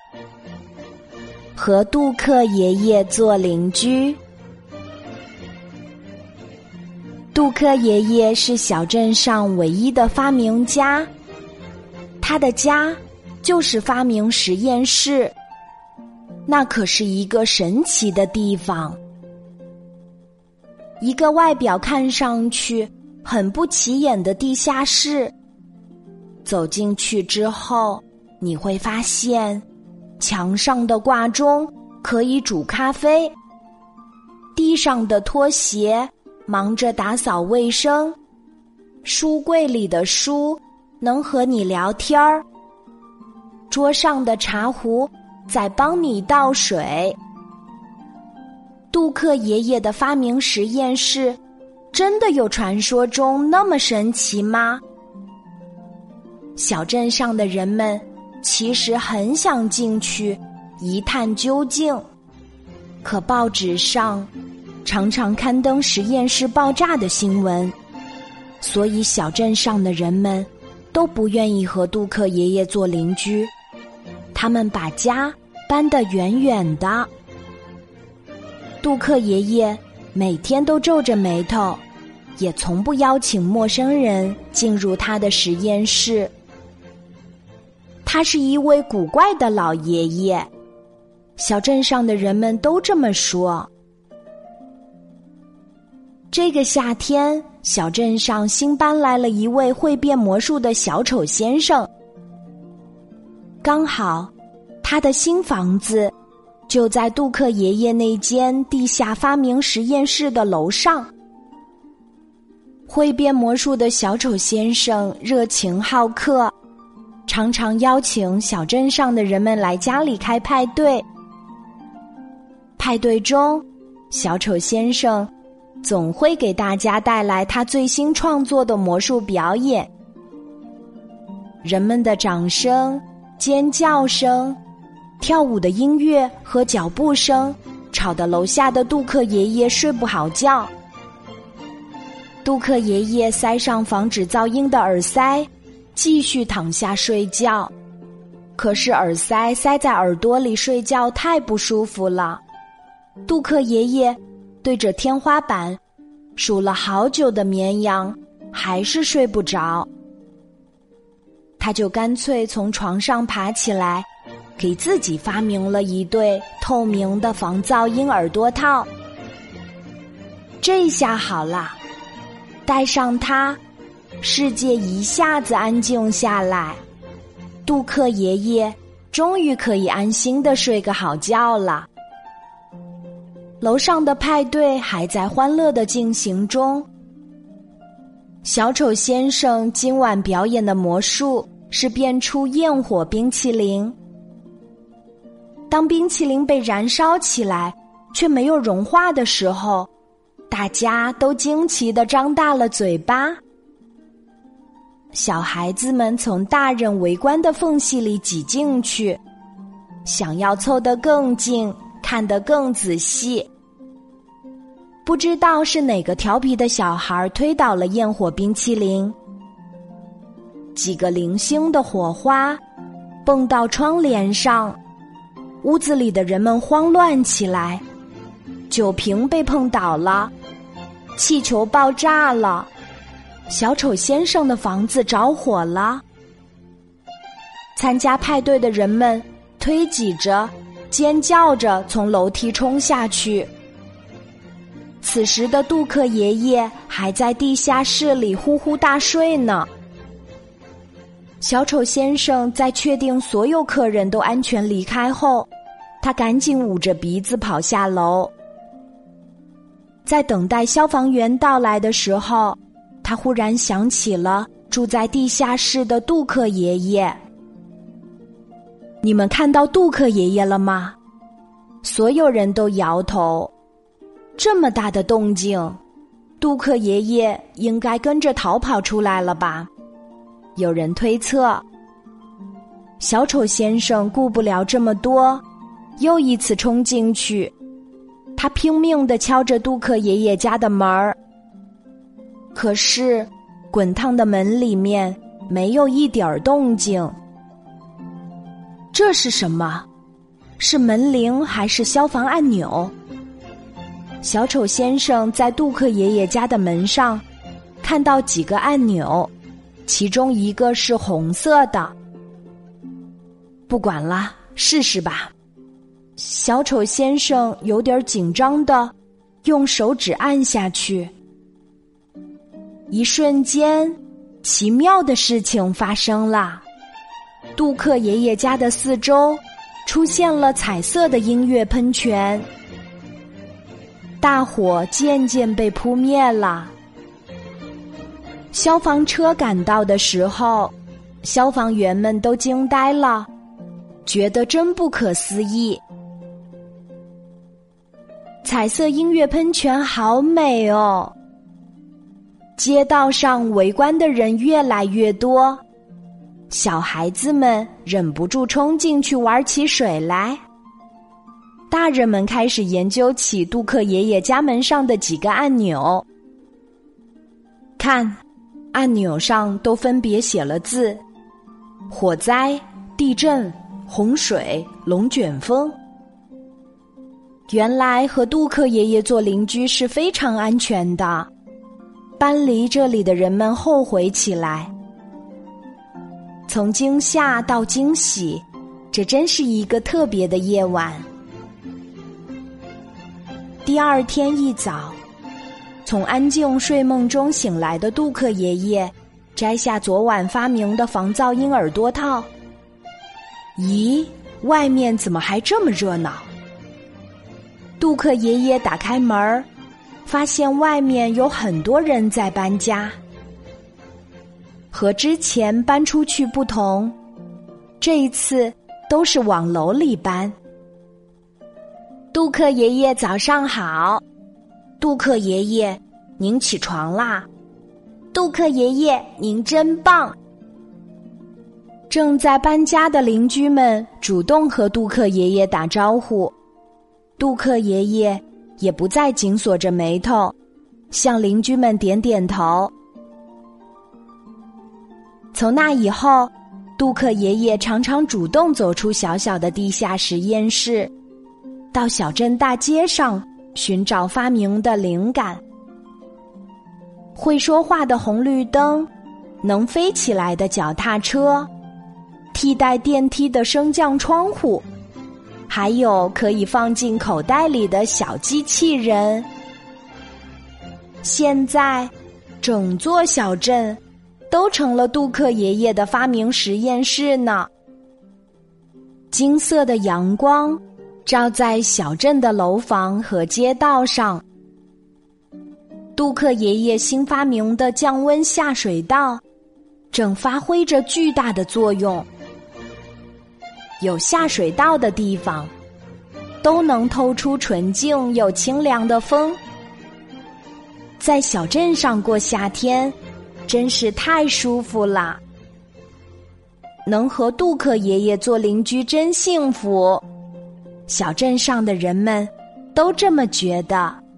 和杜克爷爷做邻居。杜克爷爷是小镇上唯一的发明家，他的家就是发明实验室，那可是一个神奇的地方。一个外表看上去很不起眼的地下室，走进去之后，你会发现墙上的挂钟可以煮咖啡，地上的拖鞋忙着打扫卫生，书柜里的书能和你聊天儿，桌上的茶壶在帮你倒水。杜克爷爷的发明实验室真的有传说中那么神奇吗？小镇上的人们其实很想进去一探究竟，可报纸上常常刊登实验室爆炸的新闻，所以小镇上的人们都不愿意和杜克爷爷做邻居，他们把家搬得远远的。杜克爷爷每天都皱着眉头，也从不邀请陌生人进入他的实验室。他是一位古怪的老爷爷，小镇上的人们都这么说。这个夏天，小镇上新搬来了一位会变魔术的小丑先生。刚好，他的新房子就在杜克爷爷那间地下发明实验室的楼上。会变魔术的小丑先生热情好客，常常邀请小镇上的人们来家里开派对。派对中，小丑先生总会给大家带来他最新创作的魔术表演。人们的掌声、尖叫声、跳舞的音乐和脚步声吵得楼下的杜克爷爷睡不好觉。杜克爷爷塞上防止噪音的耳塞，继续躺下睡觉。可是耳塞塞在耳朵里睡觉太不舒服了。杜克爷爷对着天花板数了好久的绵羊，还是睡不着。他就干脆从床上爬起来，给自己发明了一对透明的防噪音耳朵套。这下好了，戴上它，世界一下子安静下来。杜克爷爷终于可以安心地睡个好觉了。楼上的派对还在欢乐地进行中。小丑先生今晚表演的魔术是变出焰火冰淇淋。当冰淇淋被燃烧起来却没有融化的时候，大家都惊奇地张大了嘴巴。小孩子们从大人围观的缝隙里挤进去，想要凑得更近，看得更仔细。不知道是哪个调皮的小孩推倒了焰火冰淇淋，几个零星的火花蹦到窗帘上，屋子里的人们慌乱起来。酒瓶被碰倒了，气球爆炸了，小丑先生的房子着火了。参加派对的人们推挤着、尖叫着从楼梯冲下去。此时的杜克爷爷还在地下室里呼呼大睡呢。小丑先生在确定所有客人都安全离开后，他赶紧捂着鼻子跑下楼。在等待消防员到来的时候，他忽然想起了住在地下室的杜克爷爷。你们看到杜克爷爷了吗？所有人都摇头。这么大的动静，杜克爷爷应该跟着逃跑出来了吧？有人推测。小丑先生顾不了这么多，又一次冲进去。他拼命地敲着杜克爷爷家的门儿，可是滚烫的门里面没有一点动静。这是什么？ 是门铃还是消防按钮？小丑先生在杜克爷爷家的门上看到几个按钮，其中一个是红色的。不管了，试试吧。小丑先生有点紧张地用手指按下去。一瞬间，奇妙的事情发生了。杜克爷爷家的四周出现了彩色的音乐喷泉，大火渐渐被扑灭了。消防车赶到的时候，消防员们都惊呆了，觉得真不可思议。彩色音乐喷泉好美哦！街道上围观的人越来越多，小孩子们忍不住冲进去玩起水来。大人们开始研究起杜克爷爷家门上的几个按钮。看，按钮上都分别写了字：火灾、地震、洪水、龙卷风。原来和杜克爷爷做邻居是非常安全的。搬离这里的人们后悔起来。从惊吓到惊喜，这真是一个特别的夜晚。第二天一早，从安静睡梦中醒来的杜克爷爷摘下昨晚发明的防噪音耳朵套。咦，外面怎么还这么热闹？杜克爷爷打开门，发现外面有很多人在搬家。和之前搬出去不同，这一次都是往楼里搬。杜克爷爷早上好。杜克爷爷，您起床啦。杜克爷爷，您真棒。正在搬家的邻居们主动和杜克爷爷打招呼。杜克爷爷也不再紧锁着眉头，向邻居们点点头。从那以后，杜克爷爷常常主动走出小小的地下实验室，到小镇大街上寻找发明的灵感。会说话的红绿灯，能飞起来的脚踏车，替代电梯的升降窗户，还有可以放进口袋里的小机器人。现在，整座小镇都成了杜克爷爷的发明实验室呢。金色的阳光照在小镇的楼房和街道上。杜克爷爷新发明的降温下水道正发挥着巨大的作用。有下水道的地方，都能透出纯净又清凉的风。在小镇上过夏天，真是太舒服了。能和杜克爷爷做邻居真幸福，小镇上的人们都这么觉得。